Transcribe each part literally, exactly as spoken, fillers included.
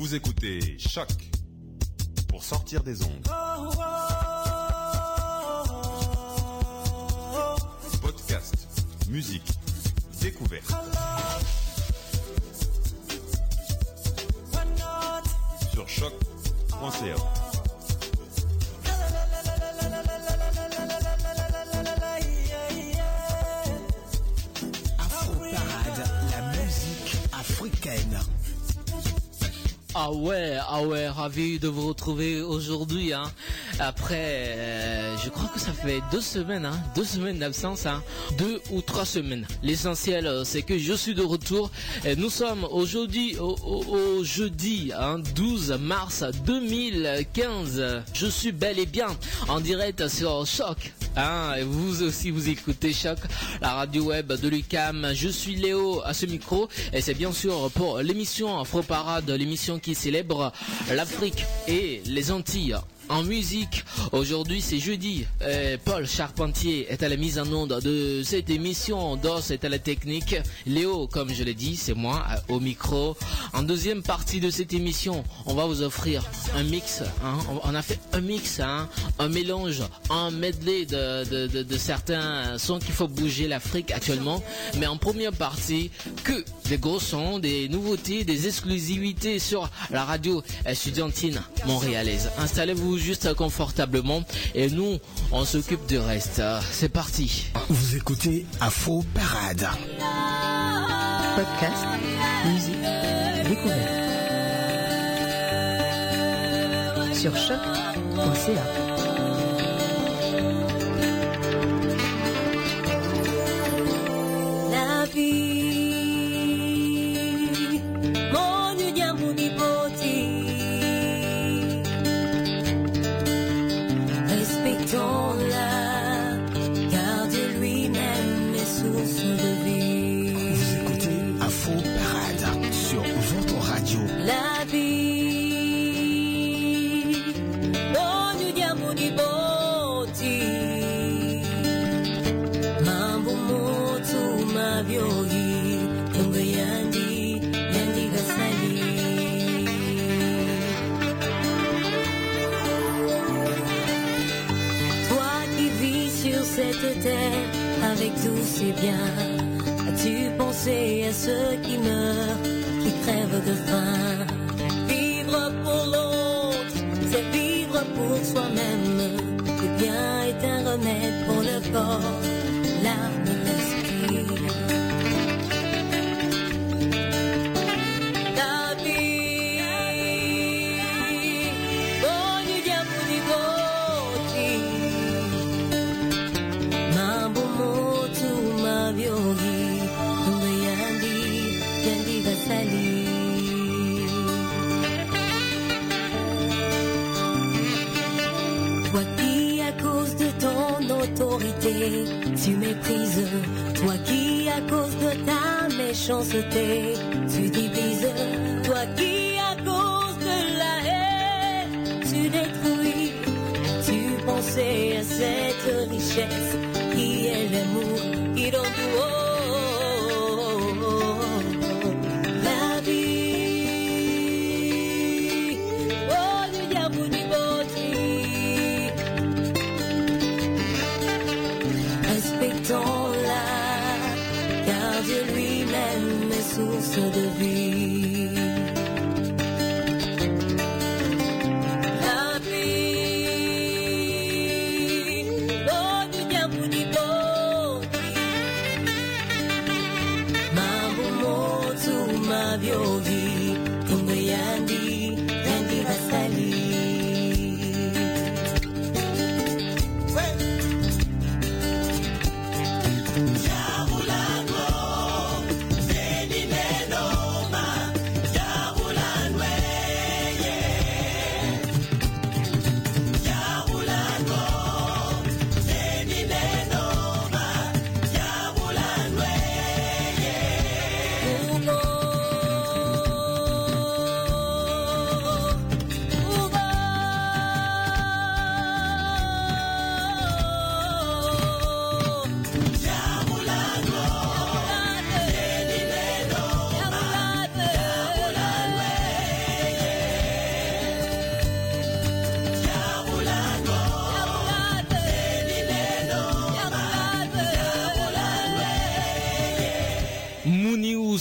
Vous écoutez Choc pour sortir des ondes. Podcast, musique, découverte. Sur choc point c a. Africaine. Ah ouais, ah ouais, ravi de vous retrouver aujourd'hui, hein. Après, euh, je crois que ça fait deux semaines, hein, deux semaines d'absence, hein, deux ou trois semaines. L'essentiel, euh, c'est que je suis de retour. Et nous sommes aujourd'hui au, au, au jeudi, hein, douze mars deux mille quinze. Je suis bel et bien en direct sur Choc. Hein, et vous aussi vous écoutez Choc, la radio web de l'U Q A M. Je suis Léo à ce micro et c'est bien sûr pour l'émission Afro Parade, l'émission qui célèbre l'Afrique et les Antilles en musique. Aujourd'hui c'est jeudi, euh, Paul Charpentier est à la mise en onde de cette émission, Dos est à la technique, Léo comme je l'ai dit c'est moi au micro. En deuxième partie de cette émission on va vous offrir un mix, hein, on a fait un mix, hein, un mélange, un medley de, de, de, de certains sons qu'il faut bouger l'Afrique actuellement, mais en première partie que des gros sons, des nouveautés, des exclusivités sur la radio estudiantine montréalaise. Installez-vous juste confortablement et nous on s'occupe du reste. C'est parti. Vous écoutez Afro Parade. Podcast, musique, découverte. Sur choc point c a. La vie, mon Dieu, mon respectons-la, car de lui-même est source de vie. Vous écoutez Afro Parade sur votre radio. La vie, mon Dieu, mon Dieu, mambo moto mavyogi, kumbe yandi, yandi gasali. Sur cette terre, avec tous ses biens, as-tu pensé à ceux qui meurent, qui crèvent de faim? Vivre pour l'autre, c'est vivre pour soi-même. Le bien est un remède pour le corps, l'âme et l'esprit. La vie, bon Dieu, Vyogi, kumbe yandi, yandi gasali. Toi qui à cause de ton autorité, tu méprises. Toi qui à cause de ta méchanceté, tu divises. Toi qui à cause de la haine, tu détruis. Tu pensais à cette richesse qui est l'amour, qui donne tout haut. La vie, oh le diable du body. Respectons-la, car Dieu lui-même est source de vie. Vyogi, kumbe yandi, yandi gasali. Yabulango, zeni nenoma, yabulanwe, yabulango, zeni nenoma, yabulanwe. Yabula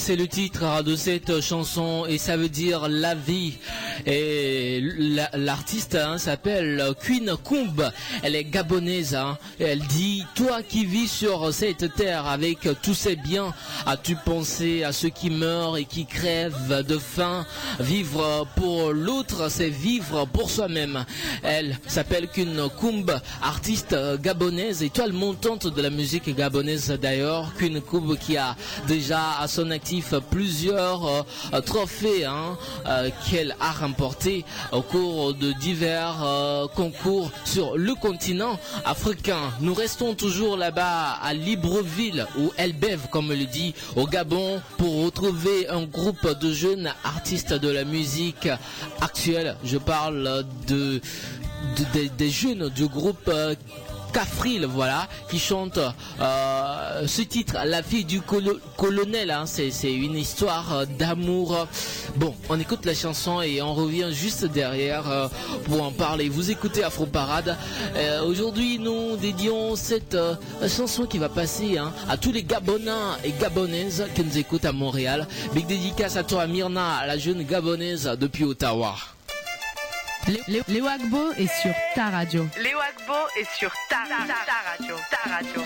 c'est le titre de cette chanson et ça veut dire la vie. Et la, l'artiste hein, s'appelle Queen Coumb. Elle est gabonaise. Hein, et elle dit: toi qui vis sur cette terre avec tous ces biens, as-tu pensé à ceux qui meurent et qui crèvent de faim? Vivre pour l'autre, c'est vivre pour soi-même. Elle s'appelle Queen Coumb, artiste gabonaise, étoile montante de la musique gabonaise d'ailleurs. Queen Coumb qui a déjà à son actif plusieurs euh, trophées hein, euh, qu'elle a remportés au cours de divers euh, concours sur le continent africain. Nous restons toujours là-bas à Libreville ou Elbeuf comme le dit au Gabon pour retrouver un groupe de jeunes artistes de la musique actuelle. Je parle de, de, de des jeunes du groupe euh, Cafril, voilà, qui chante euh, ce titre, La fille du colo- colonel, hein, c'est, c'est une histoire d'amour. Bon, on écoute la chanson et on revient juste derrière euh, pour en parler. Vous écoutez Afro Parade. Euh, aujourd'hui, nous dédions cette euh, chanson qui va passer hein, à tous les Gabonais et Gabonaises qui nous écoutent à Montréal. Big dédicace à toi, Myrna, la jeune Gabonaise depuis Ottawa. Léo Agbo est sur ta radio. Léo Agbo est sur ta, ta, ta radio. Ta radio.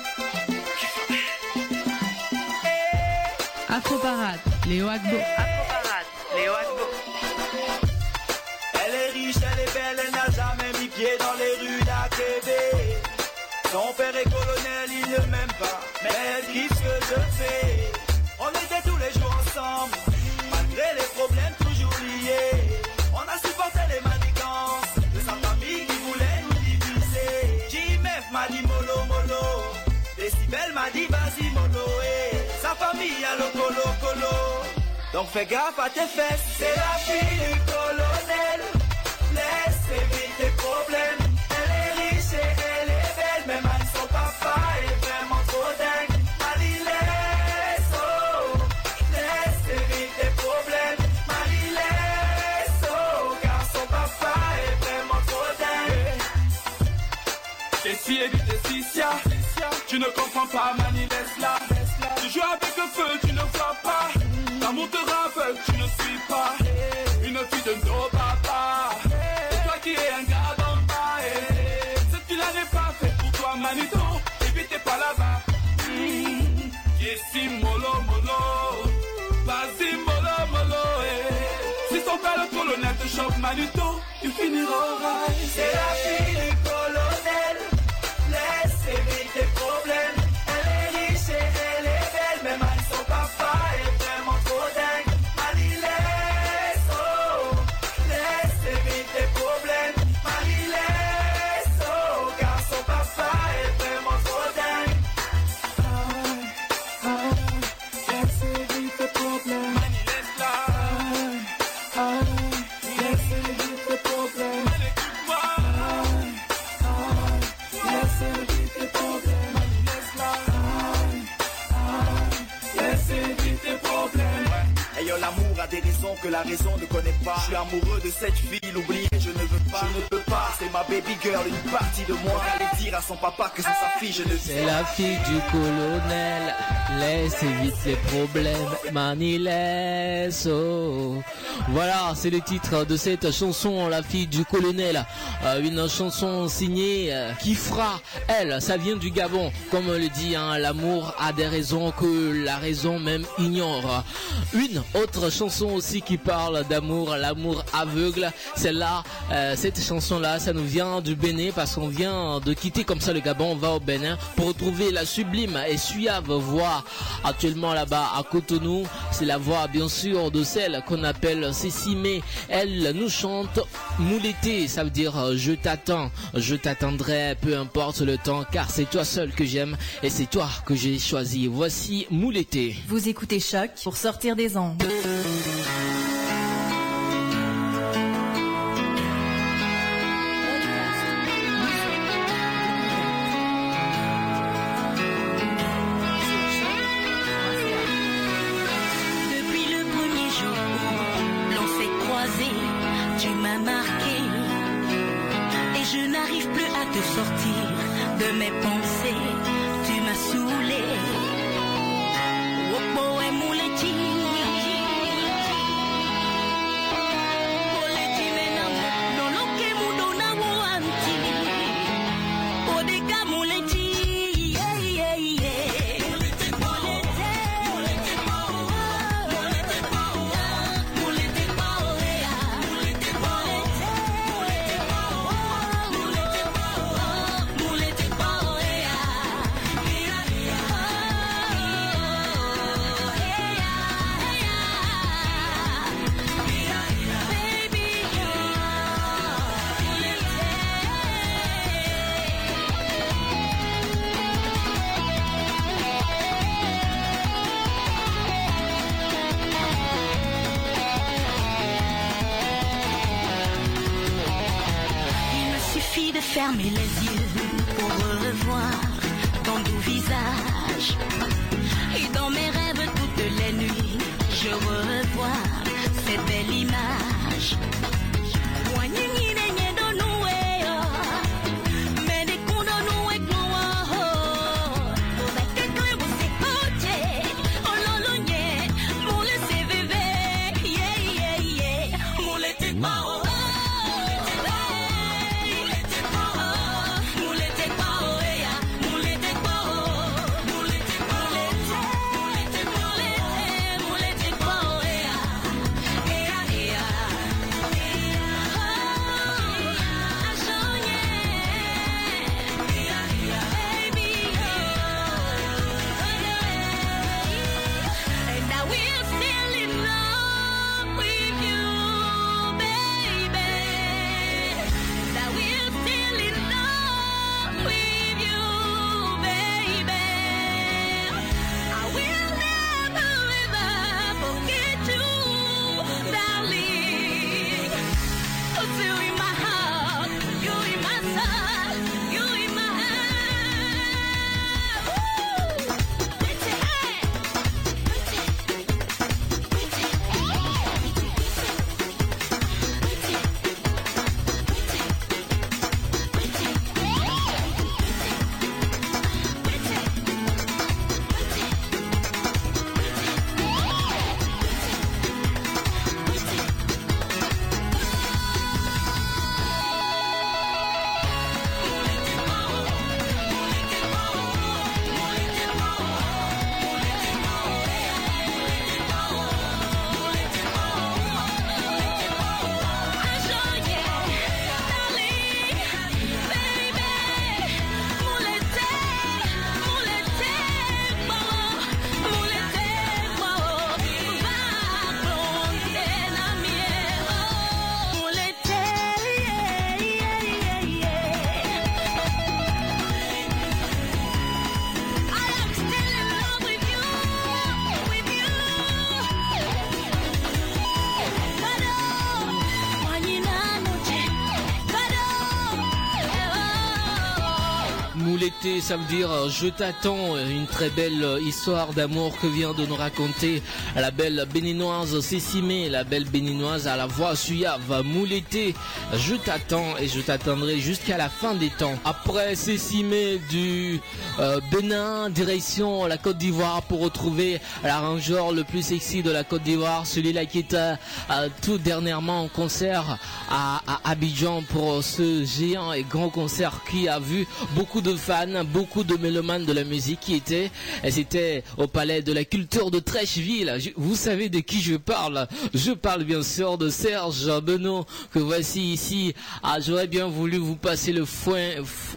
Afro Parade, Léo Agbo. Afro Parade, Léo Agbo. Elle est riche, elle est belle, elle n'a jamais mis pied dans les rues d'A T B. Son père est colonel, il ne m'aime pas, mais elle kiffe ce que je fais. On était tous les jours ensemble, malgré les problèmes toujours liés. On a supporté les manigances de sa famille qui voulait nous diviser. J M F m'a dit mollo mollo, Décibel m'a dit vas-y mollo, et sa famille a le colo colo. Donc fais gaffe à tes fesses, c'est la fille du colonel. Laisse éviter tes problèmes. Elle est riche et elle est belle, mais man son papa est vraiment trop dingue. Mali laisse, oh, laisse éviter tes problèmes. Mali laisse, oh, car son papa est vraiment trop dingue. Et si évite Cicia, tu ne comprends pas, Mani laisse-la. Tu joues avec le feu, tu ne vois pas. L'amour te raveugle, tu ne suis pas. Une fille de nos papas. Et toi qui es un gars d'en bas. Cette fille-là n'est pas faite pour toi, Manito. Évitez pas là-bas. Mmh. Qui est si mollo mollo. Vas-y mollo mollo. Eh. Si son père le colonel te chope, Manito, tu finiras au rail. C'est la fille du colonel. Laisse éviter tes problèmes. Elle est riche et elle est belle, mais man son papa est vraiment trop dingue. Mali laisse, oh, laisse éviter tes problèmes. Mali laisse, oh, car son papa est vraiment trop dingue. Ah, ah, laisse éviter tes problèmes. Mani laisse-la. Ah, ah, laisse éviter tes problèmes. Mani écoute-moi. Ah, ah, laisse éviter tes problèmes. Mani laisse-la. Ah, ah, laisse éviter tes problèmes. Ayant l'amour a des raisons que la raison ne connaît pas. Je suis amoureux de cette fille, l'oublier je ne veux pas. Je ne peux pas, c'est ma baby girl, une partie de moi. Allez dire à son papa que c'est sa fille, je ne sais. C'est la fille du colonel, laisse évite les problèmes, Mani laisse, oh. Voilà, c'est le titre de cette chanson, La fille du colonel. Euh, une chanson signée euh, qui fera, elle, ça vient du Gabon. Comme on le dit, hein, l'amour a des raisons que la raison même ignore. Une autre chanson aussi qui parle d'amour, l'amour aveugle. Celle-là, euh, cette chanson-là, ça nous vient du Bénin parce qu'on vient de quitter comme ça le Gabon. On va au Bénin pour retrouver la sublime et suave voix actuellement là-bas à Cotonou. C'est la voix bien sûr de celle qu'on appelle Cécimé. Elle nous chante Mouleté, ça veut dire euh, je t'attends, je t'attendrai peu importe le temps car c'est toi seul que j'aime et c'est toi que j'ai choisi. Voici Mouleté. Vous écoutez Choc pour sortir des ondes. Depuis le premier jour, l'on s'est croisés, tu m'as marqué. Et je n'arrive plus à te sortir de mes pensées, tu m'as saoulé. Oh, oh, et moulé, fermer les yeux pour revoir ton doux visage. Et dans mes rêves toutes les nuits, je revois cette belle image. Mouleté, ça veut dire euh, je t'attends, une très belle euh, histoire d'amour que vient de nous raconter la belle béninoise Cécimé, la belle béninoise à la voix suave. Mouleté, je t'attends et je t'attendrai jusqu'à la fin des temps. Après Cécimé du euh, Bénin, direction la Côte d'Ivoire pour retrouver l'arrangeur le plus sexy de la Côte d'Ivoire, celui-là qui était euh, tout dernièrement en concert à, à Abidjan pour ce géant et grand concert qui a vu beaucoup de fans, beaucoup de mélomanes de la musique qui étaient, et c'était au palais de la culture de Trècheville. Vous savez de qui je parle? Je parle bien sûr de Serge Benoît que voici ici. Ah, j'aurais bien voulu vous passer le foin,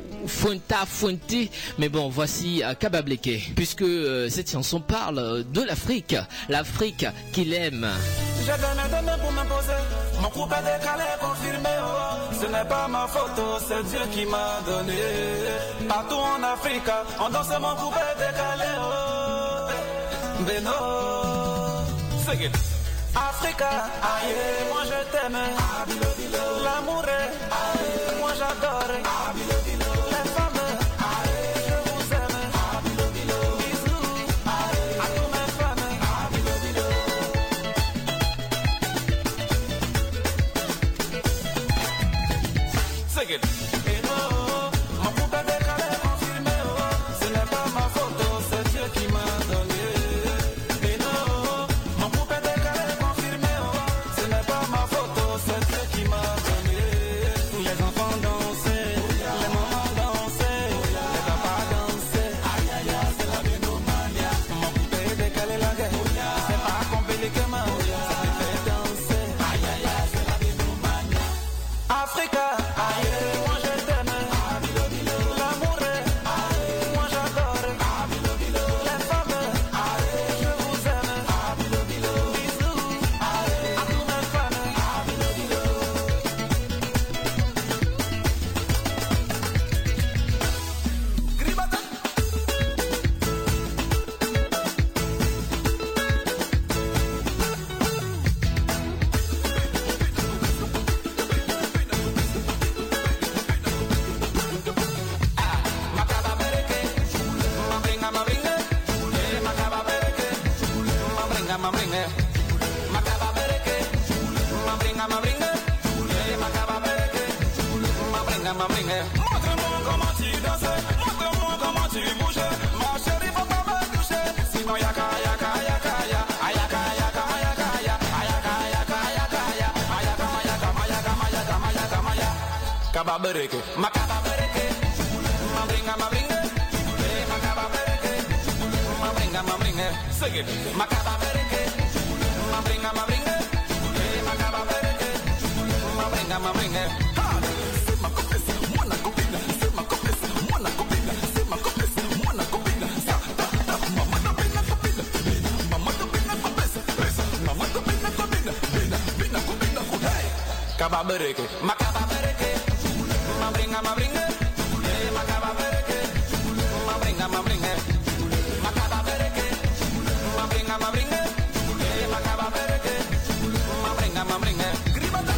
Fuenta Fuente, mais bon, voici à Kabableke, puisque euh, cette chanson parle de l'Afrique, l'Afrique qu'il aime. J'ai donné, donné pour m'imposer, mon couple est décalé, confirmé, oh. Ce n'est pas ma faute, c'est Dieu qui m'a donné. Partout en Afrique, on danse mon couple est décalé, oh. Beno, c'est it. Africa, aïe, moi je t'aime, l'amour est, aïe, moi j'adore, les femmes, aïe, je vous aime, bisous, aïe, à tous mes femmes, c'est it. Et non, mon couple est décalé, confirmé, oh. Ce n'est pas ma faute, c'est Dieu qui m'a donné. Et non, mon couple est décalé, confirmé, oh. Ce n'est pas ma faute, c'est Dieu qui m'a donné. Les enfants dansaient, les bringa, ma bringa. Eh, ma cababereke. Ma bringa, ma bringa. Montre-moi comment tu danses. Montre-moi comment tu bouges. Ma chérie, faut pas me toucher. Sinon, yaka, yaka, yaka, ya. Ayaka, yaka, yaka, ya. Ayaka, yaka, yaka, ya. Ayaka, yaka, mayaka, mayaka, mayaka, mayaka. Cababereke. Ma cababereke. Ma bringa, ma bringa. Eh, ma cababereke. Ma bringa, ma bringa. Sing it. Ma cababereke. Ma bringa, ma bringa. Eh, ma cababereke. Ma bringa, ma bringa. Ha! C'est ma copine, moi la copine. C'est ma copine, moi la copine. C'est ma copine, moi la copine. Sa, ta, ta, maman de bina copine. Bina, maman de bina copine. Bina, maman de bina copine. Bina, bina copine. Hey! Cababereke. Ma cababereke. Ma bringa, ma bringa. Eh, ma cababereke. Ma bringa, ma bringa. Ma cababereke. Ma bringa, ma bringa. Eh, ma cababereke. Ma bringa, ma bringa. Gribada.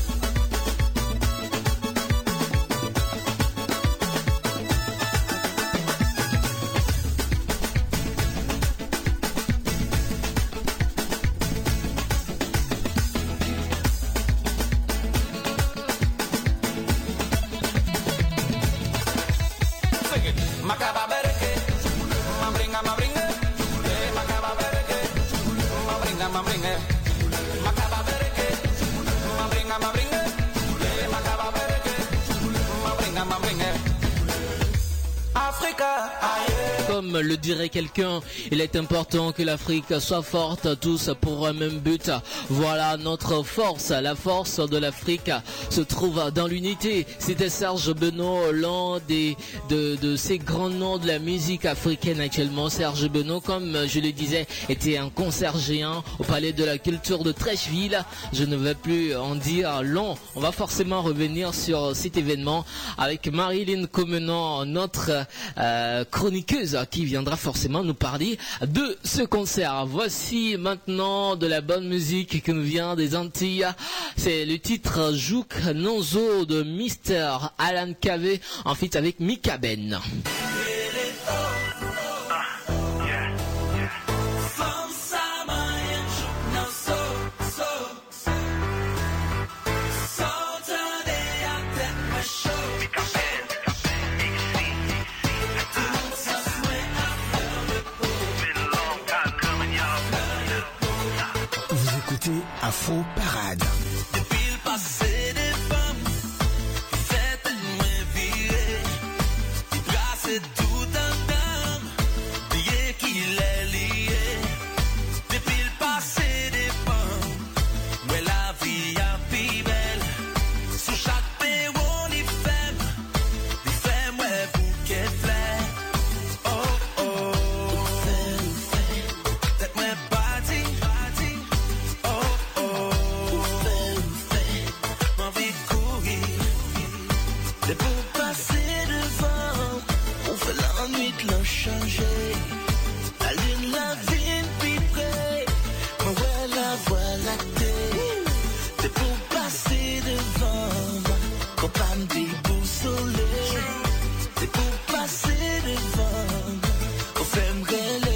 Sing it. Ma cababereke. Ma bringa, ma bringa. Eh, ma cababereke. Ma bringa, ma bringa. Ma cababereke. Ma bringa, ma bringa. Eh, ma cababereke. Ma bringa, ma bringa. Africa, aïe. Comme le dirait quelqu'un, il est important que l'Afrique soit forte, tous pour un même but. Voilà notre force. La force de l'Afrique se trouve dans l'unité. C'était Serge Benoît, l'un des de, de ces grands noms de la musique africaine actuellement. Serge Benoît, comme je le disais, était un concert géant au Palais de la Culture de Trècheville. Je ne vais plus en dire long. On va forcément revenir sur cet événement avec Marilyn Comenant, notre euh, chroniqueuse, qui viendra forcément nous parler de ce concert. Voici maintenant de la bonne musique qui nous vient des Antilles. C'est le titre Jouk Nonzo de mister Alan Kave en feat avec Mika Ben. Afro Parade. Depuis le passé des femmes, faites moins virer, brasser tout un dame, oubliez qu'il est lié. Depuis le passé des femmes, mais la vie a plus belle. Sous chaque pays on y fait, il fait moi bouquet fleur. Oh oh, faites moi bâti. C'est pour passer devant, on fait la nuit de l'en changer. La lune, la vie, puis près, on voit la voie lactée. C'est pour passer devant, qu'on pas me déboussoler. C'est pour passer devant, on fait me grêler.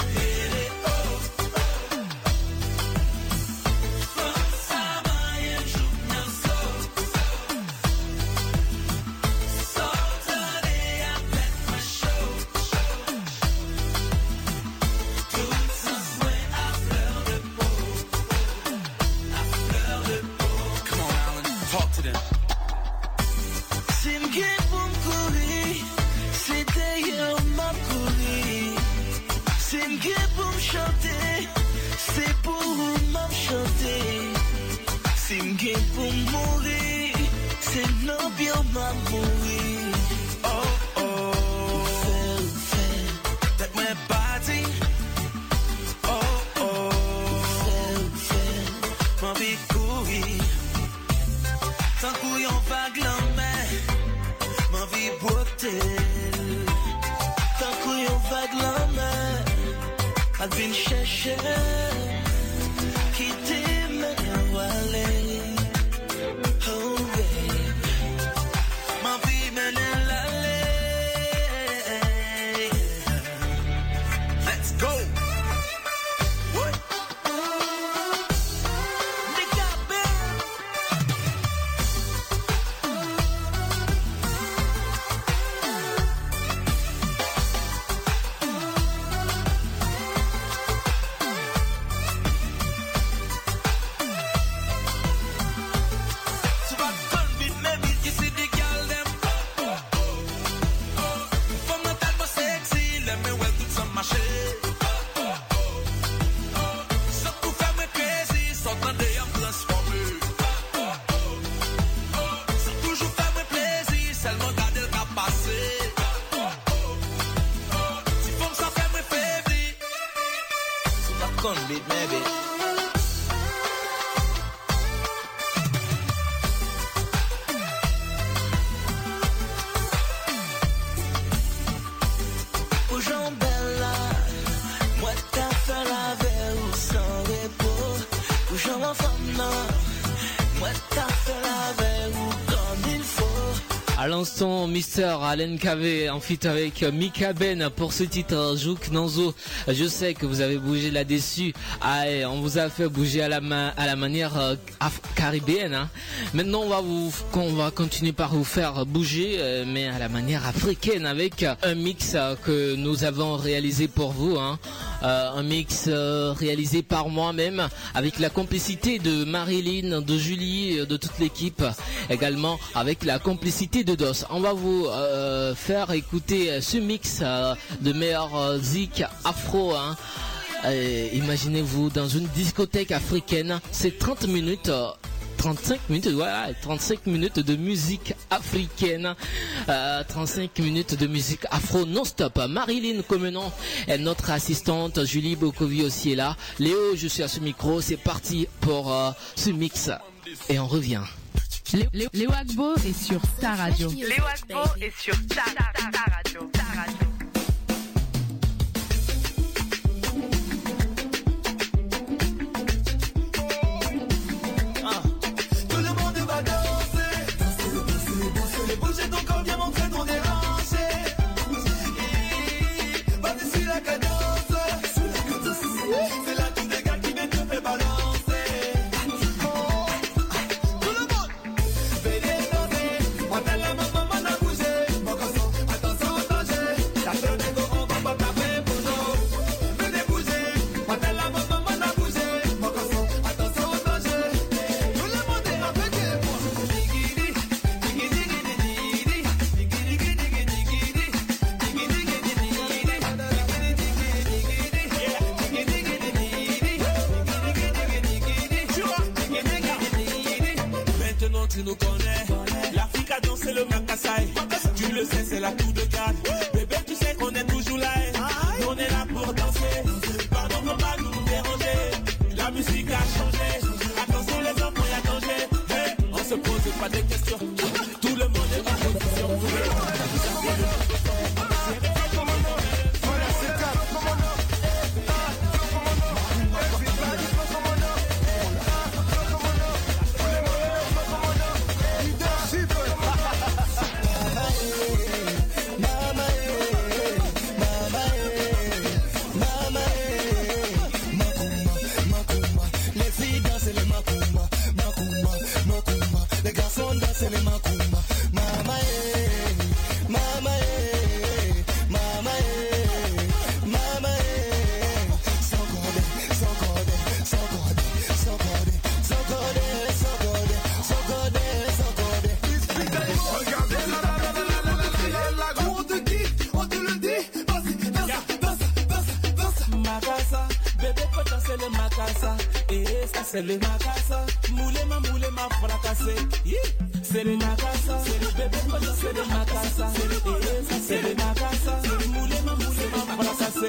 C'est pour m'enchanter, c'est m'gay pour mourir, c'est non bien m'a mourir. Oh oh, fais, fais, t'as moi bâti. Oh oh, fais, fais, m'en vie courir. Tant couillon vague la main, m'en vie beauté. Tant couillon vague la main. I've been chercher qui t'aime à aller. Oh baby, ma vie mène l'aller. Let's go. Mika Ben, gun beat maybe. Bougeons bella, moi t'as fait la veille ou sans repos. Bougeons en femme, moi t'as fait la veille ou comme il faut. À l'instant, Mister Allen K V en feat avec Mika Ben pour ce titre Jouk Nanzo. Je sais que vous avez bougé là-dessus. Ah, on vous a fait bouger à la, ma à la manière euh, caribéenne. Hein. Maintenant, on va vous, on va continuer par vous faire bouger, euh, mais à la manière africaine avec un mix euh, que nous avons réalisé pour vous. Hein. Euh, un mix euh, réalisé par moi-même avec la complicité de Marilyn, de Julie, de toute l'équipe. Également avec la complicité de Dos. On va vous euh, faire écouter ce mix euh, de meilleurs euh, zik afro. Hein. Euh, imaginez-vous dans une discothèque africaine, c'est trente minutes. Euh, trente-cinq minutes, voilà, trente-cinq minutes de musique africaine, euh, trente-cinq minutes de musique afro non-stop. Marilyn comme nom est notre assistante, Julie Bokovi aussi est là. Léo, je suis à ce micro, c'est parti pour euh, ce mix et on revient. Léo, Léo Agbo est sur ta radio. Léo Agbo est sur ta, ta, ta, ta radio. Ta radio. Tu nous connais, l'Afrique a dansé le Makassai. Tu le sais, c'est la tour de garde. Bébé, tu sais qu'on est toujours là. Nous on est là pour danser. Pardon, faut pas nous déranger. La musique a changé. Attention, les enfants, y a danger. Hey, on se pose pas de questions. Tout le monde est en position. C'est le Makassa, moulema moulema fracassé. C'est le Makassa, c'est le bébé, c'est le Makassa. C'est le Makassa, c'est le moulema moulema fracassé.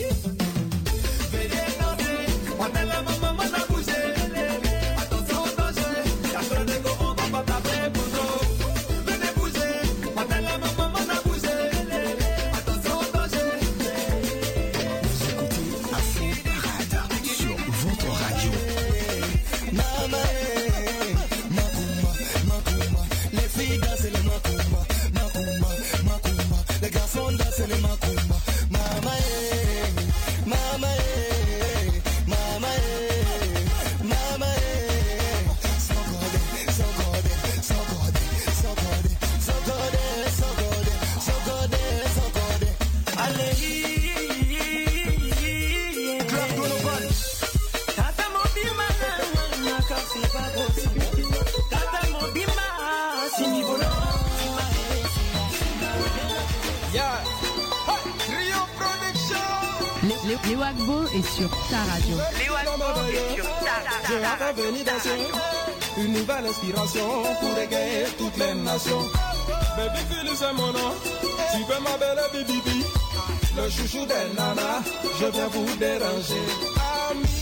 Léo Agbo est sur ta radio. Léo Agbo est sur ta, ta, ta, ta radio. Une nouvelle inspiration pour égayer toutes les nations. Baby Phil, c'est mon nom. Tu veux ma belle Bibi, le chouchou des nanas. Je viens vous déranger. Ami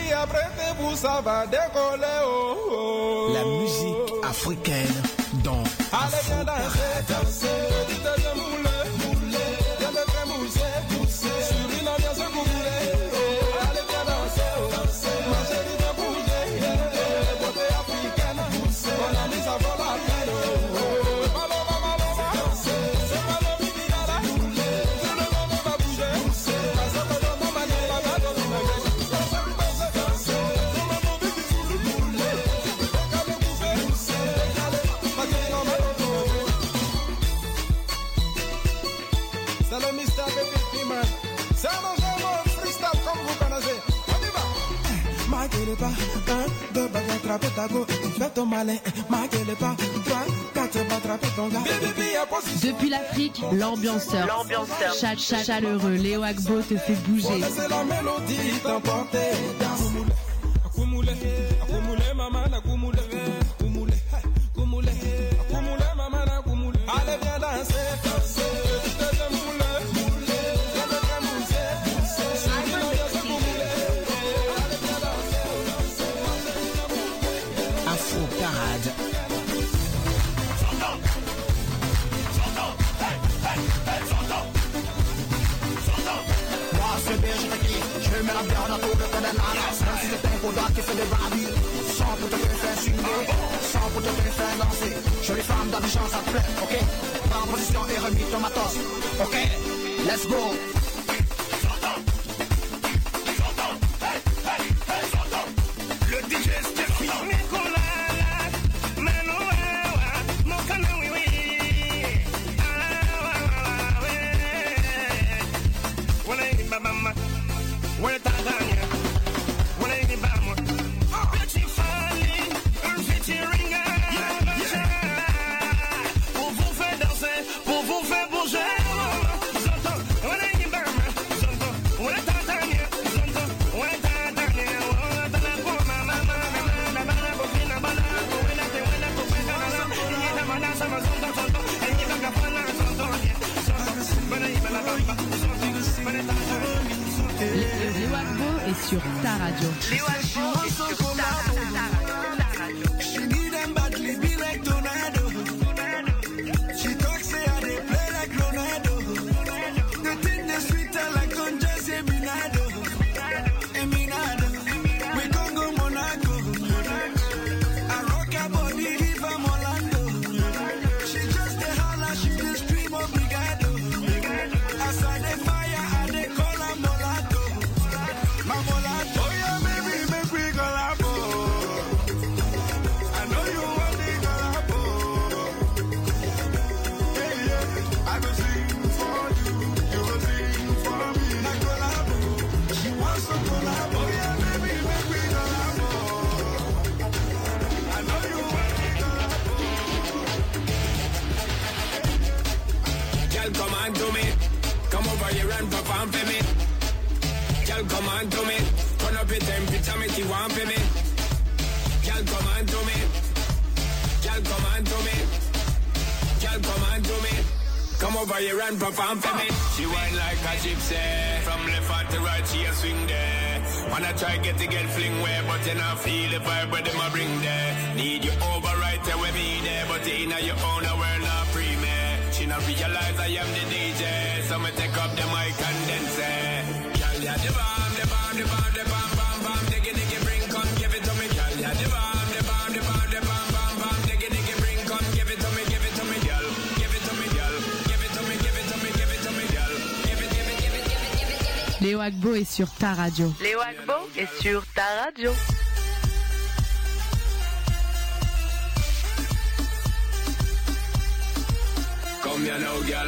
puis après tes bouts, ça va décoller. Oh, oh. La musique africaine dans Allez, viens danser, danser. Dites de mouler, mouler. Viens de très mousser, mousser. Sur une ambiance coulée. Allez, viens danser, danser. Ma chérie de bouger, yeah. Beauté africaine, mousser. Mon ami, ça vaut la peine. Oh, oh. Paloma, maloma. Danser. C'est pas le midi, là. Mouler. Tout le monde va bouger. Mousser. La somme de mon mani, la date de mon mari. Danser, danser. Tout le monde vit sous le mouler. Décalé, bouger. Mousser. Décalé. Ma chérie, non, mais non. C'est le mystère Baby P-Man. C'est un enchaînement freestyle comme vous connaissez. On y va. Ma gueule pas, un, deux, bah, attraper ta go. Fais ton malin, ma gueule pas, trois, quatre, bah, attraper ton gars. Depuis l'Afrique, l'ambianceur. L'ambianceur. Cha- cha- chaleureux, Léo Agbo te fait bouger. Laissez la mélodie t'emporter. Akumule, akumule, akumule, maman, akumule, akumule, akumule, akumule, maman, akumule. Allez, viens danser, danser. Afro Parade. Moi c'est bien, je te kiffe. Je mets la bière dans tout le temps des nanas. Même si c'est un coda qui fait des ravis. Sans pour te faire swinguer, sans pour te faire danser. Jolie femme d'Abidjan, ça te plaît, ok? Prends position et remis ton matos, ok? Let's go! Le D J Steffi Nicolas Manoa Mokana oui oui ah ouais wala ni baba wala Tanzania wala ni baba petit fali un featuring pour vous faire danser pour vous faire bouger Zonto wala ni baba Zonto wala Tanzania Zonto wala Tanzania wala Léo Agbo est sur ta radio. Léo Agbo est sur ta radio. She need them badly, be like tornado. She talks say I dey play like Ronaldo. The thing they sweeter like Conjas Eminado. Eminado, we gon' go Monaco. I rock her body, leave her Orlando. She just dey holla, she dey scream obrigado. As I dey fire, I dey call her Molato. My Molato, oh yeah, baby, make we collabo. I know you want the collabo. Yeah, yeah, I go sing for you, you go sing for me. Na collabo, she wants to collabo. Oh yeah, baby, make we collabo. I know you want the collabo. Girl, come on to me. Come over here and perform for me. Girl, come on to me. Turn up your temperature, make you want for me. Girl, come on to me. Girl, come on to me. Girl, come on to me. Come over here and perform for me. She whine like a gypsy. From left hand to right, she a swing there. Wanna try get to get fling where, but you not feel the vibe where them a bring there. Need you over right there with me there, but in your own a world not free me. She not realize I am the D J, so me take up the mic and then say, girl, yeah, the bomb, the bomb, the bomb, the bomb, bomb, bomb, diggy, diggy, bring, come give it to me, girl, yeah, the bomb, the bomb, the bomb, the bomb, bomb, bomb, diggy, diggy, bring, come give it to me, give it to me, girl, give it to me, girl, give it to me, give it to me, give it to me, girl, give it, give it, give it, give it, give it, give it. Léo Agbo est sur ta radio. Léo Agbo est sur ta radio. Come here now, girl.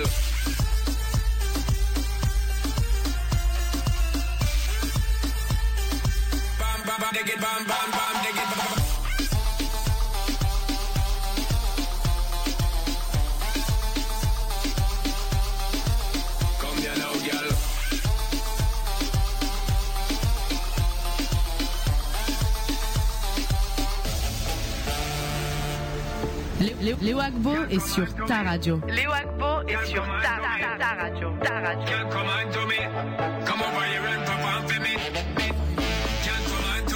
Bam, bam, bam, dig it, bam, bam, bam, dig it, bam. Come here now, girl. Léo, Léo Agbo est sur ta radio. Léo Agbo est sur ta, ta, ta radio. Ta radio. Girl, come on to me. Come over here and perform for me. Girl, come on to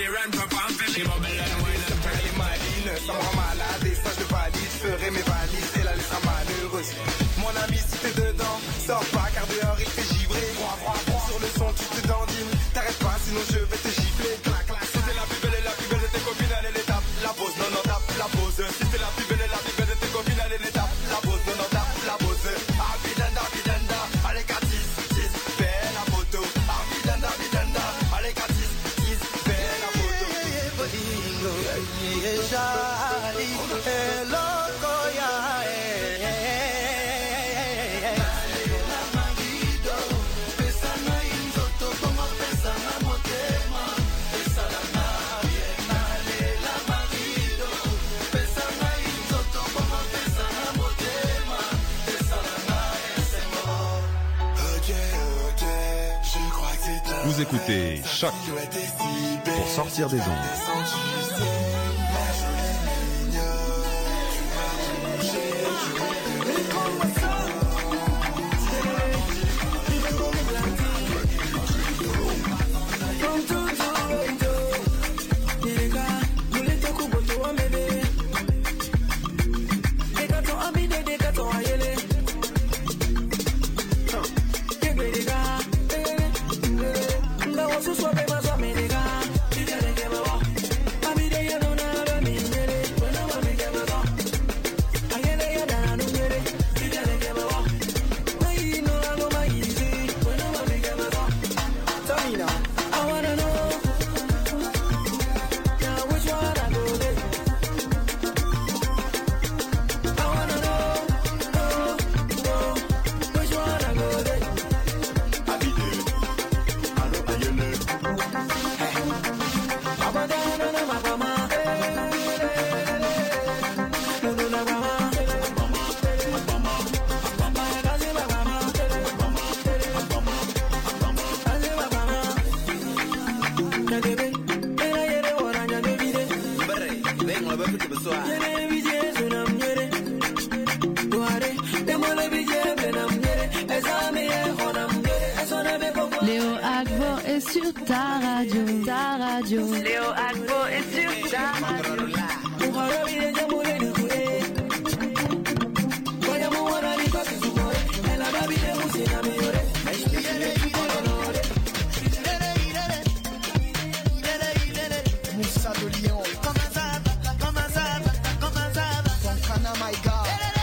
you run for pump for me? Bubble and wine and turn les malines, ça me rend malade et ça je le valide. Ferai mes valises et la laisse malheureuse. Mon ami, si t'es dedans, sors pas car dehors il fait givrer. Froid, froid, froid. Sur le son, tu te dandines. T'arrêtes pas, sinon je vais te gifler. Clac, clac. Si t'es la plus belle et la plus belle de tes copines, allez les tape. La pose, non, non, tape, la pose. Si t'es la plus belle et la plus belle de tes copines, allez les tape. La pose, non, non, tape, la pose. Abidanda, bidanda, allez catis, tis, fais la photo. Abidanda, bidanda, allez catis, tis, fais la photo. Hello, Koya, Vous écoutez Choc pour sortir des ondes. Léo Agbo est sur ta radio, ta radio. Léo Agbo est sur ta radio. Moussa de Lyon. Comment ça va? Comment ça va? Comment ça va? Ton cana, my God.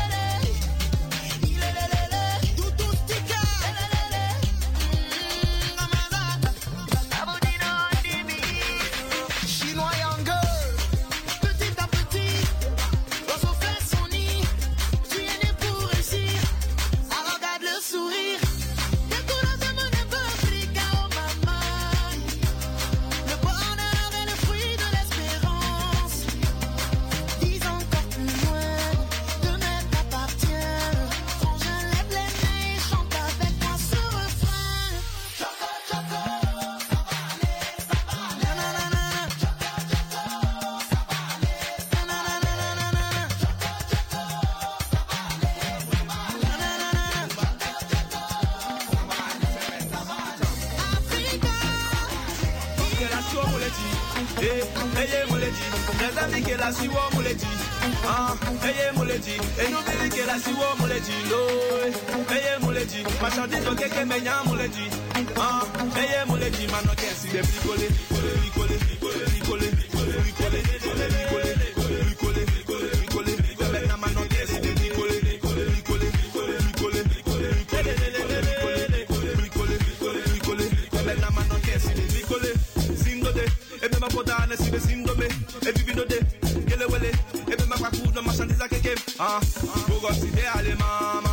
Marchandise au keke menya mouledi. Ah, eye mouledi, maintenant qu'est-ce qu'il est bricolé, bricolé, bricolé, bricolé, bricolé, bricolé, bricolé, bricolé, bricolé, bricolé. Maintenant, maintenant qu'est-ce qu'il est bricolé, bricolé, bricolé, bricolé, bricolé, bricolé, bricolé, bricolé, bricolé. Maintenant, maintenant qu'est-ce qu'il est bricolé. Zindode, et même ma pote ne s'y veut zindode, et puis vinode, qu'elle est welle, et même ma parcours de marchandise à keke. Ah, pour considérer les mamas.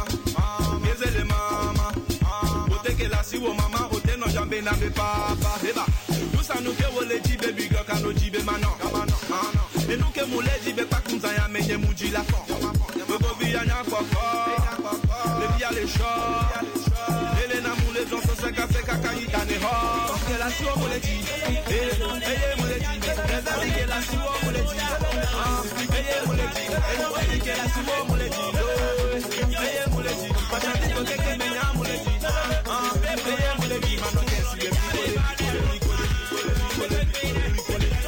Si wo mama ote no jambe na be papa eba usa no ke wole jibe biga kano jibe mano e no ke mule jibe pa kunza ya menye muji la fon go vi anya koko le via les chats ele na mule don so seka seka kai tane ho ke la si wo mule ji eh eh mule ji eza ke la si wo mule ji ah eh mule ji e no ke la si wo mule ji lo eh mule ji pa chati ko ke ke menya mule ji ah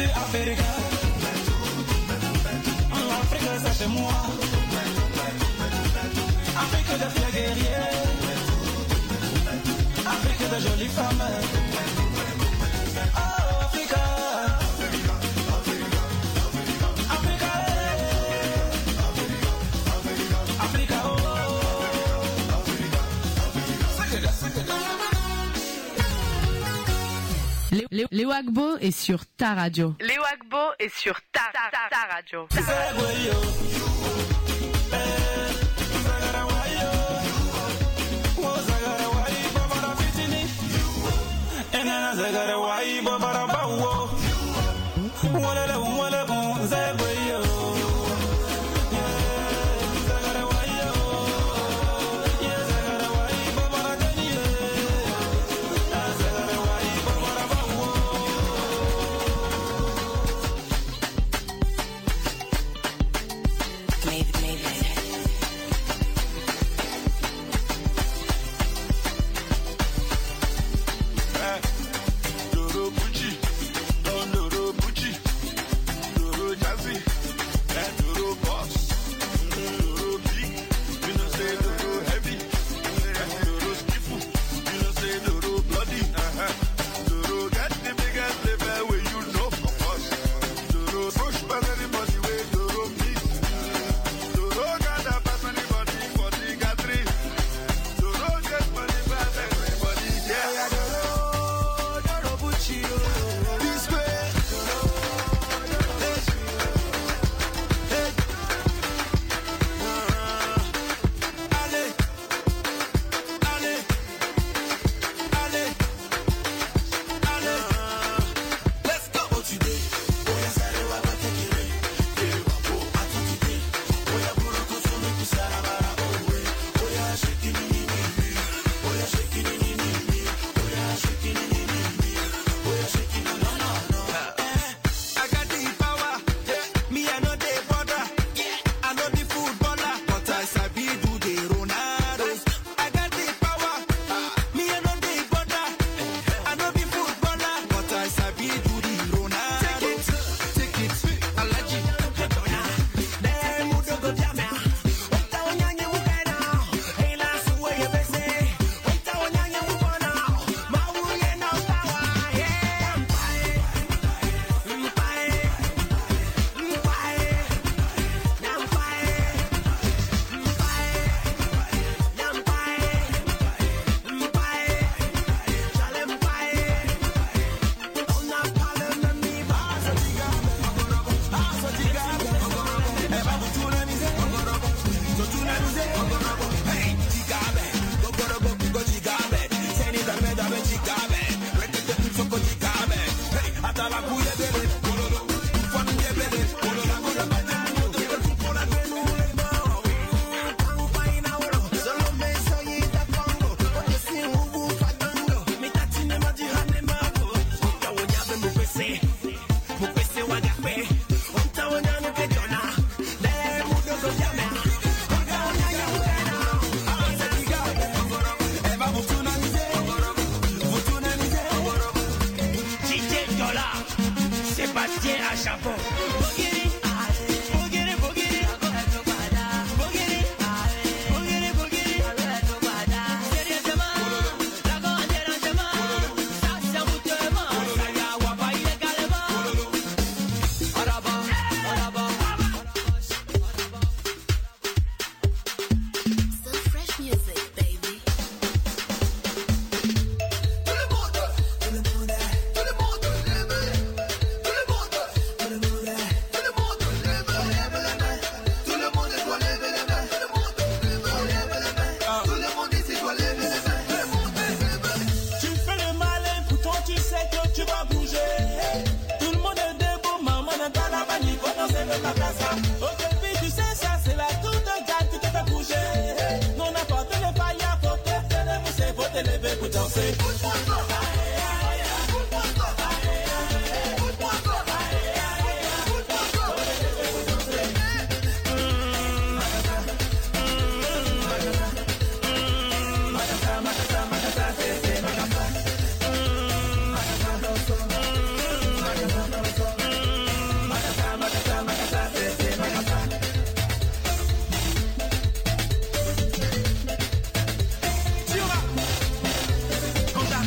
dis Africa. L'Afrique, ça c'est moi. Afrique de fiers guerriers. Afrique de jolies femmes. Oh, Africa. Africa. Africa, oh. Léo, Léo Agbo est sur ta radio. Léo Agbo est sur ta, ta, ta, ta radio.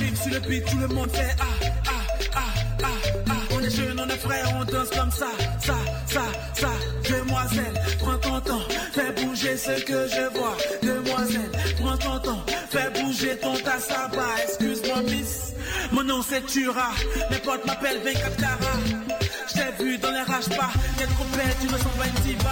j'arrive sur le beat, tout le monde fait ah, ah, ah, ah, ah. On est jeunes, on est frères, on danse comme ça, ça, ça, ça. Demoiselle, prends ton temps, fais bouger ce que je vois. Demoiselle, prends ton temps, fais bouger ton tassaba. Excuse-moi, miss, mon nom c'est Tura. Mes potes m'appellent vingt-quatre carats. J't'ai vu dans les rages pas, t'es trop belle, tu me sens pas une diva.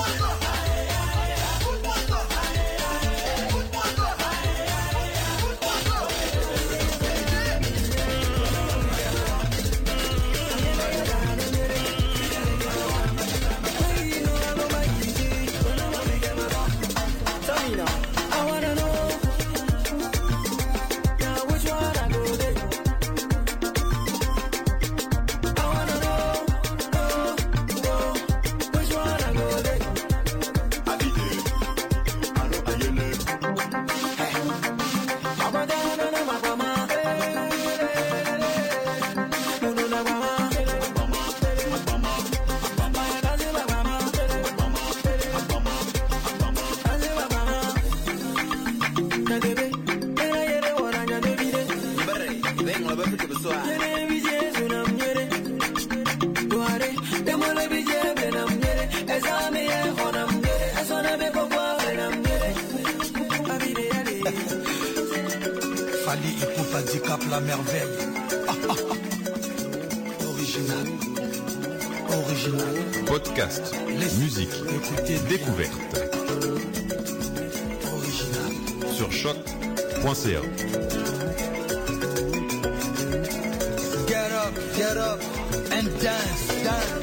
La merveille. Ah, ah, ah. Original. Original. Podcast. Les musique. Écoutez, découverte. Original. Sur choc point c a. Get up, get up and dance, dance.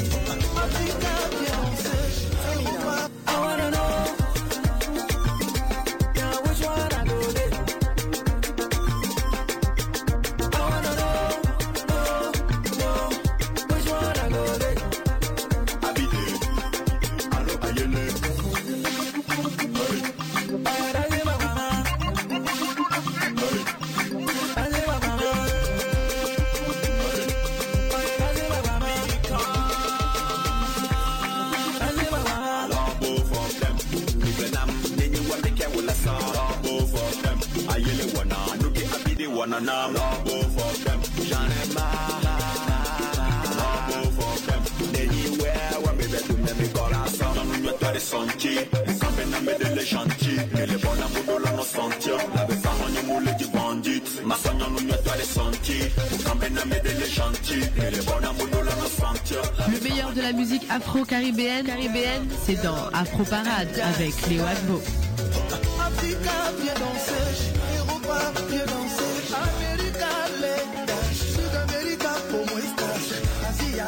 Le meilleur de la musique afro-caribéenne, caribéenne, c'est dans Afro Parade avec Léo Agbo. Africa, viens danser, Europa, viens danser, America, les Sud-America, pour moi, Asia,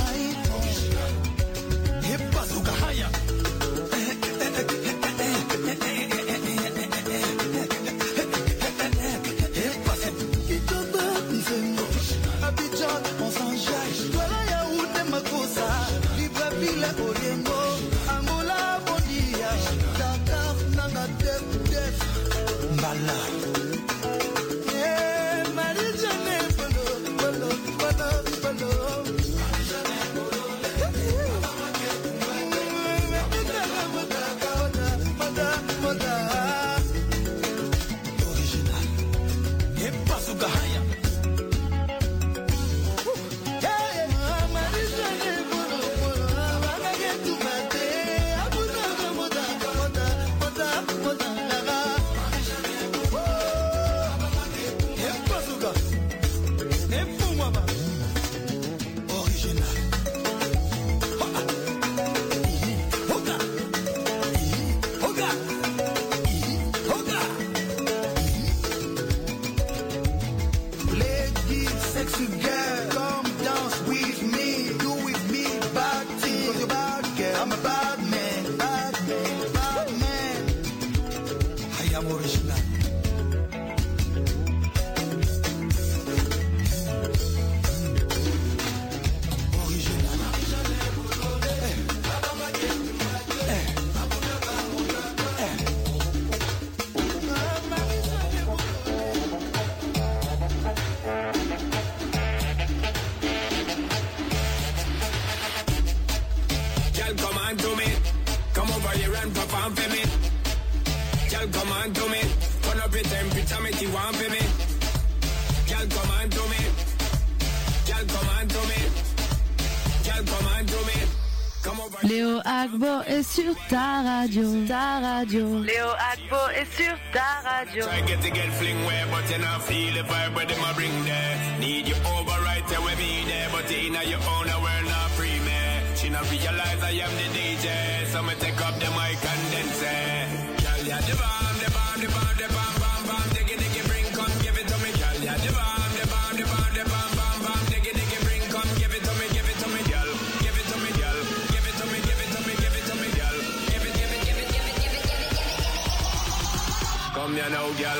Haïti, et Bazooka, Haya. Abidjan, on s'enjaille. Douala, Yaoundé, Makossa, Libreville, Oriengo, Angola, Bondia, Dakar, Nanga, Def, Def, Mbala. Eh, Marie-Jeanne, Bolo, Bolo, Bolo, Bolo. Original. Et Bazooka, Haya. Léo Agbo est sur ta radio, ta radio. Léo Agbo est sur ta radio. Try get to get fling where, but you not feel the vibe where them a bring there. Need you over right there with me there, but in your own we're not free, man. She not realize I am the D J, so me take up the mic and then say, girl, yeah, the bomb, the bomb, the bomb, the bomb, bomb, bomb, diggy, diggy, bring, come give it to me, girl, yeah, the bomb, the bomb, the bomb, the bomb, bomb, bomb, diggy, diggy, bring, come give it to me, give it to me, girl, give it to me, girl, give it to me, give it to me, give it to me, girl, give it, give it, give it, give it, give it, give it, give it. Come here now, girl.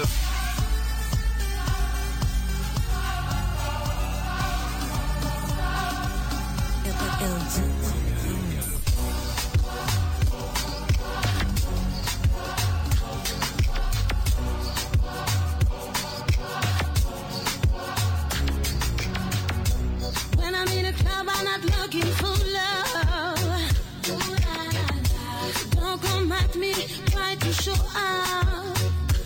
When I'm in a club, I'm not looking for love. Don't come at me, try to show out.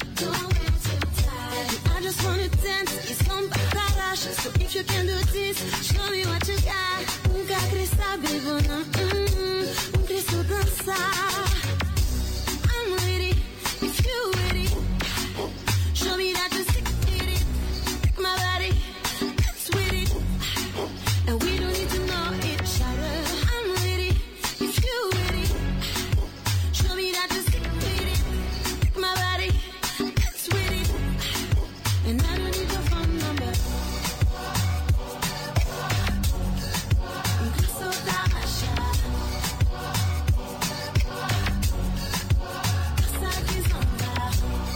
I just wanna dance, it's some backlash. So if you can do this, show me what you got. Nunca quis saber, bona. Nunca quis dançar. I'm ready, if you ready. Show me that you stick with it. Take my body, dance with it. And we don't need to know each other. I'm ready, if you ready. Show me that you stick with it. Take my body, dance with it. And I don't need your phone number. Incluso t'arracha. Passa qui s'en va.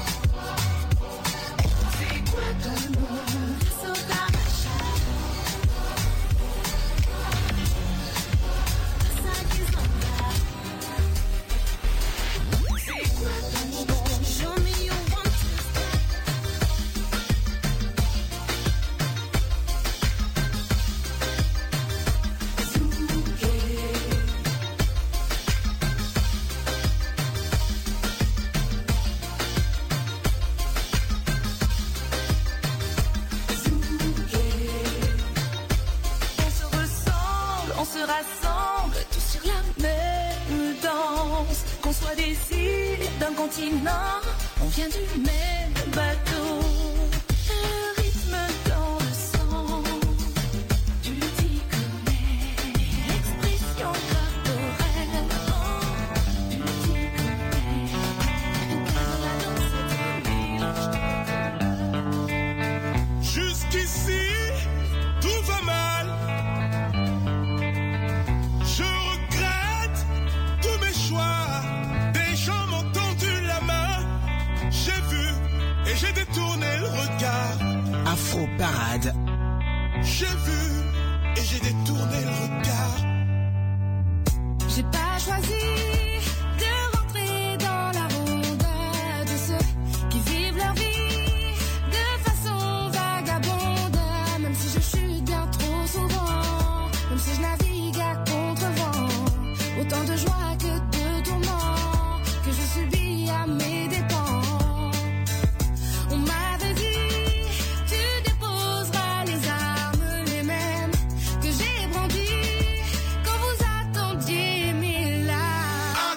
C'est quoi ton nom? Incluso t'arracha. Passa qui s'en va. C'est quoi ton nom? Show me you want to. On se ressemble, on se rassemble, tous sur la même danse. Qu'on soit des îles d'un continent, on vient du même bateau. Un rythme dans le sang, tu t'y connais. L'expression corporelle, oh, tu t'y connais. Car la danse est un mélange. Jusqu'ici, tout va mal. Je regrette tous mes choix. Des gens m'ont tendu la main. J'ai vu et j'ai détourné le regard. Afro Parade. J'ai vu et j'ai détourné le regard. J'ai pas choisi de rentrer dans la ronde de ceux qui vivent leur vie de façon vagabonde. Même si je chute bien trop souvent, même si je navigue à contre-vent, autant de joie que de tourments que je subis à mes dépens. On m'avait dit, tu déposeras les armes, les mêmes que j'ai brandies quand vous attendiez mille là. À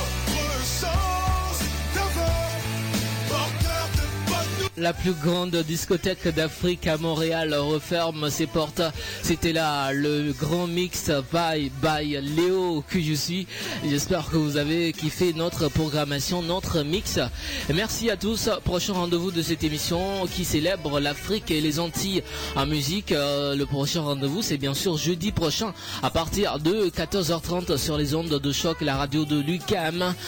contresens d'avant, porteur de bonnes nouvelles. La plus grande discothèque d'Afrique à Montréal referme ses portes. C'était là le grand mix by, by Léo que je suis. J'espère que vous avez kiffé notre programmation, notre mix. Merci à tous. Prochain rendez-vous de cette émission qui célèbre l'Afrique et les Antilles en musique. Euh, le prochain rendez-vous, c'est bien sûr jeudi prochain à partir de quatorze heures trente sur les ondes de choc, la radio de l'U Q A M.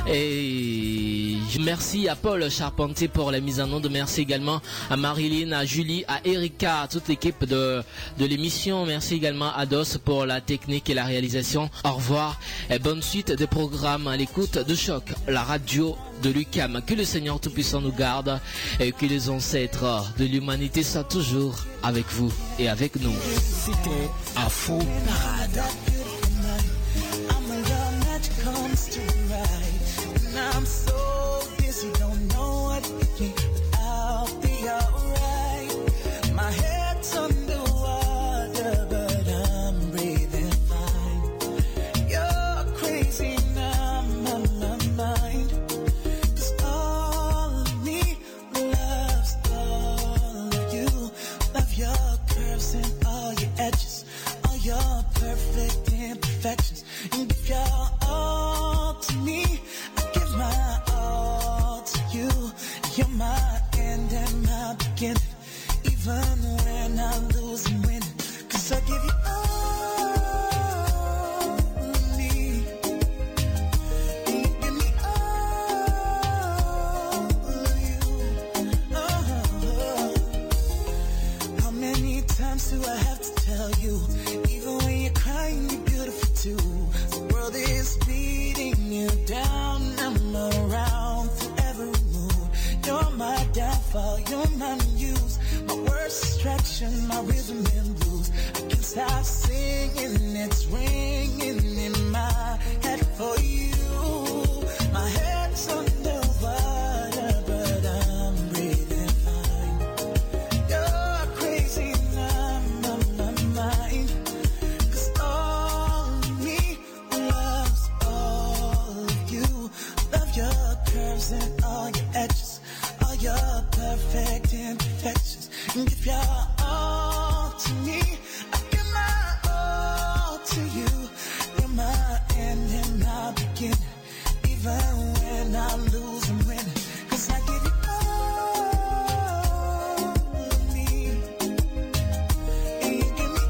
Et merci à Paul Charpentier pour la mise en onde. Merci également à Marilyn, à Julie, à Erika, à toute l'équipe de, de l'émission. Merci également à Dos pour la technique et la réalisation. Au revoir et bonne suite des programmes à l'écoute de Choc, la radio de l'U Q A M. Que le Seigneur Tout-Puissant nous garde et que les ancêtres de l'humanité soient toujours avec vous et avec nous. C'était Afro Parade. I'm a love that comes to right. And I'm so busy, don't know what to do. I'll be alright. My head's underwater, but I'm breathing fine. You're even when I lose and win. 'Cause I give you all of me, and you give me all of you. Oh, how many times do I have to tell you? Even when you're crying, you're beautiful too. The world is beating you down, I'm around for every mood. You're my downfall, you're my muse, my worst distraction, my rhythm and blues. I can't stop singing, it's ringing in my head for you. My head's under water, but I'm breathing fine. You're crazy, and I'm on my mind. 'Cause all of me loves all of you. Love your curves and all your edges, all your perfect imperfections. And give your all to me, I give my all to you. You're my end and my beginning, even when I lose and win. 'Cause I give you all of me, and you give me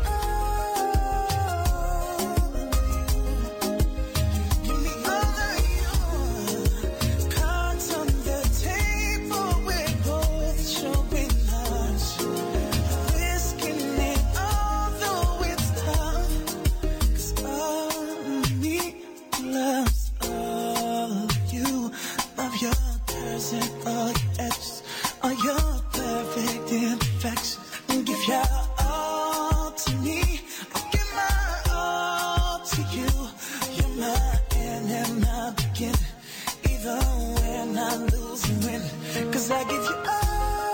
all of you. Give me all of you. Cards on the table, we're both showing us, risking it although it's tough. 'Cause all of me loves all of you. Love your curves and all your edges, all your perfect imperfections. And give your all to me, I'll give my all to you. You're my end and my beginning, even when I lose and win. 'Cause I give you all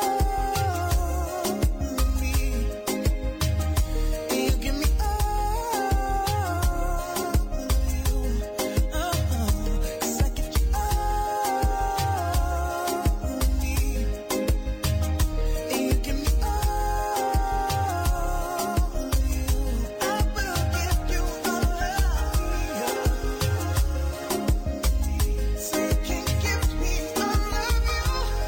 of me, and you give me all of you. Oh, 'cause I give you all of me, and you give me all of you. I will give you all of you. So you can give me all of you.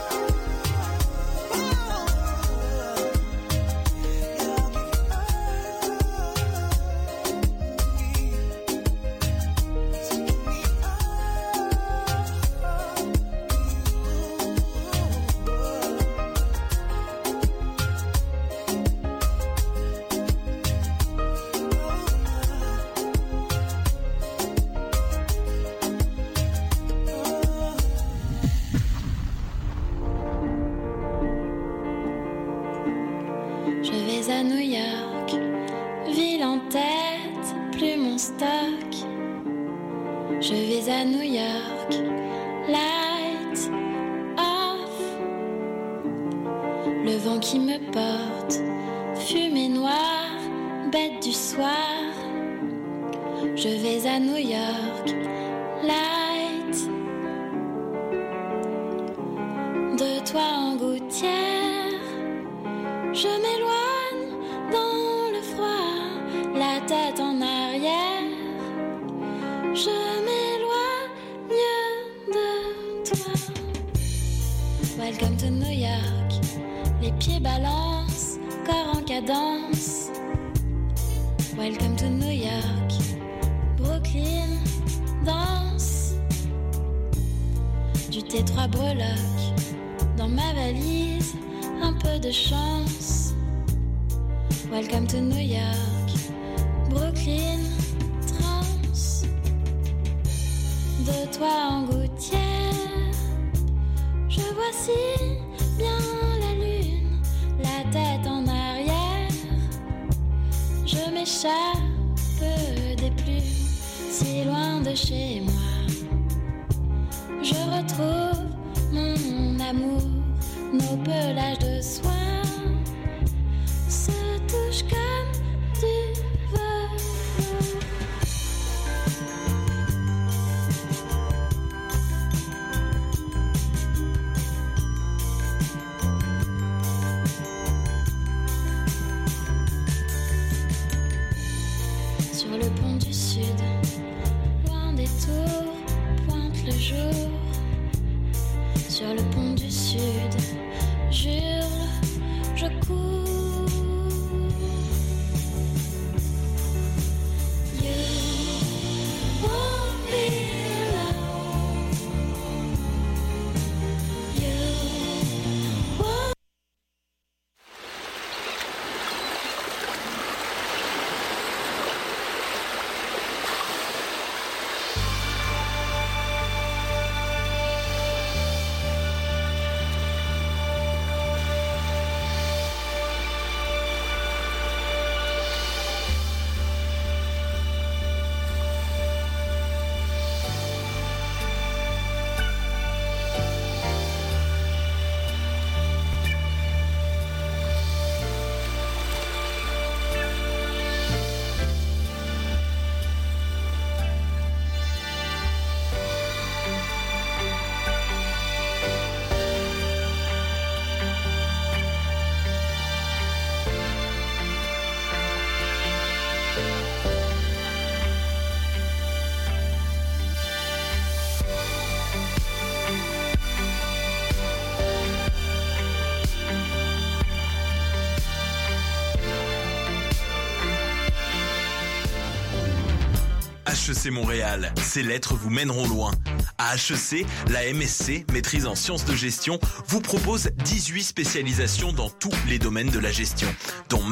Je vais à New York, ville en tête, plus mon stock. Je vais à New York, light off. Le vent qui me porte, fumée noire, bête du soir. Je vais à New York, light. De toi en gouttière, je m'éloigne dans le froid, la tête en arrière. Je m'éloigne de toi. Welcome to New York, les pieds balancent, corps en cadence. Welcome to New York, Brooklyn danse. Du T trois breloque, dans ma valise, un peu de chance. Welcome to New York, Brooklyn trans. De toi en gouttière, je vois si bien la lune, la tête en arrière. Je m'échappe des plumes, si loin de chez moi. Je retrouve mon amour, nos pelages de soie se touchent comme du velours. Sur le pont du sud, loin des tours, pointe le jour. Sur le pont du sud, j'hurle H E C Montréal, ces lettres vous mèneront loin. À H E C, la M S C, maîtrise en sciences de gestion, vous propose dix-huit spécialisations dans tous les domaines de la gestion, dont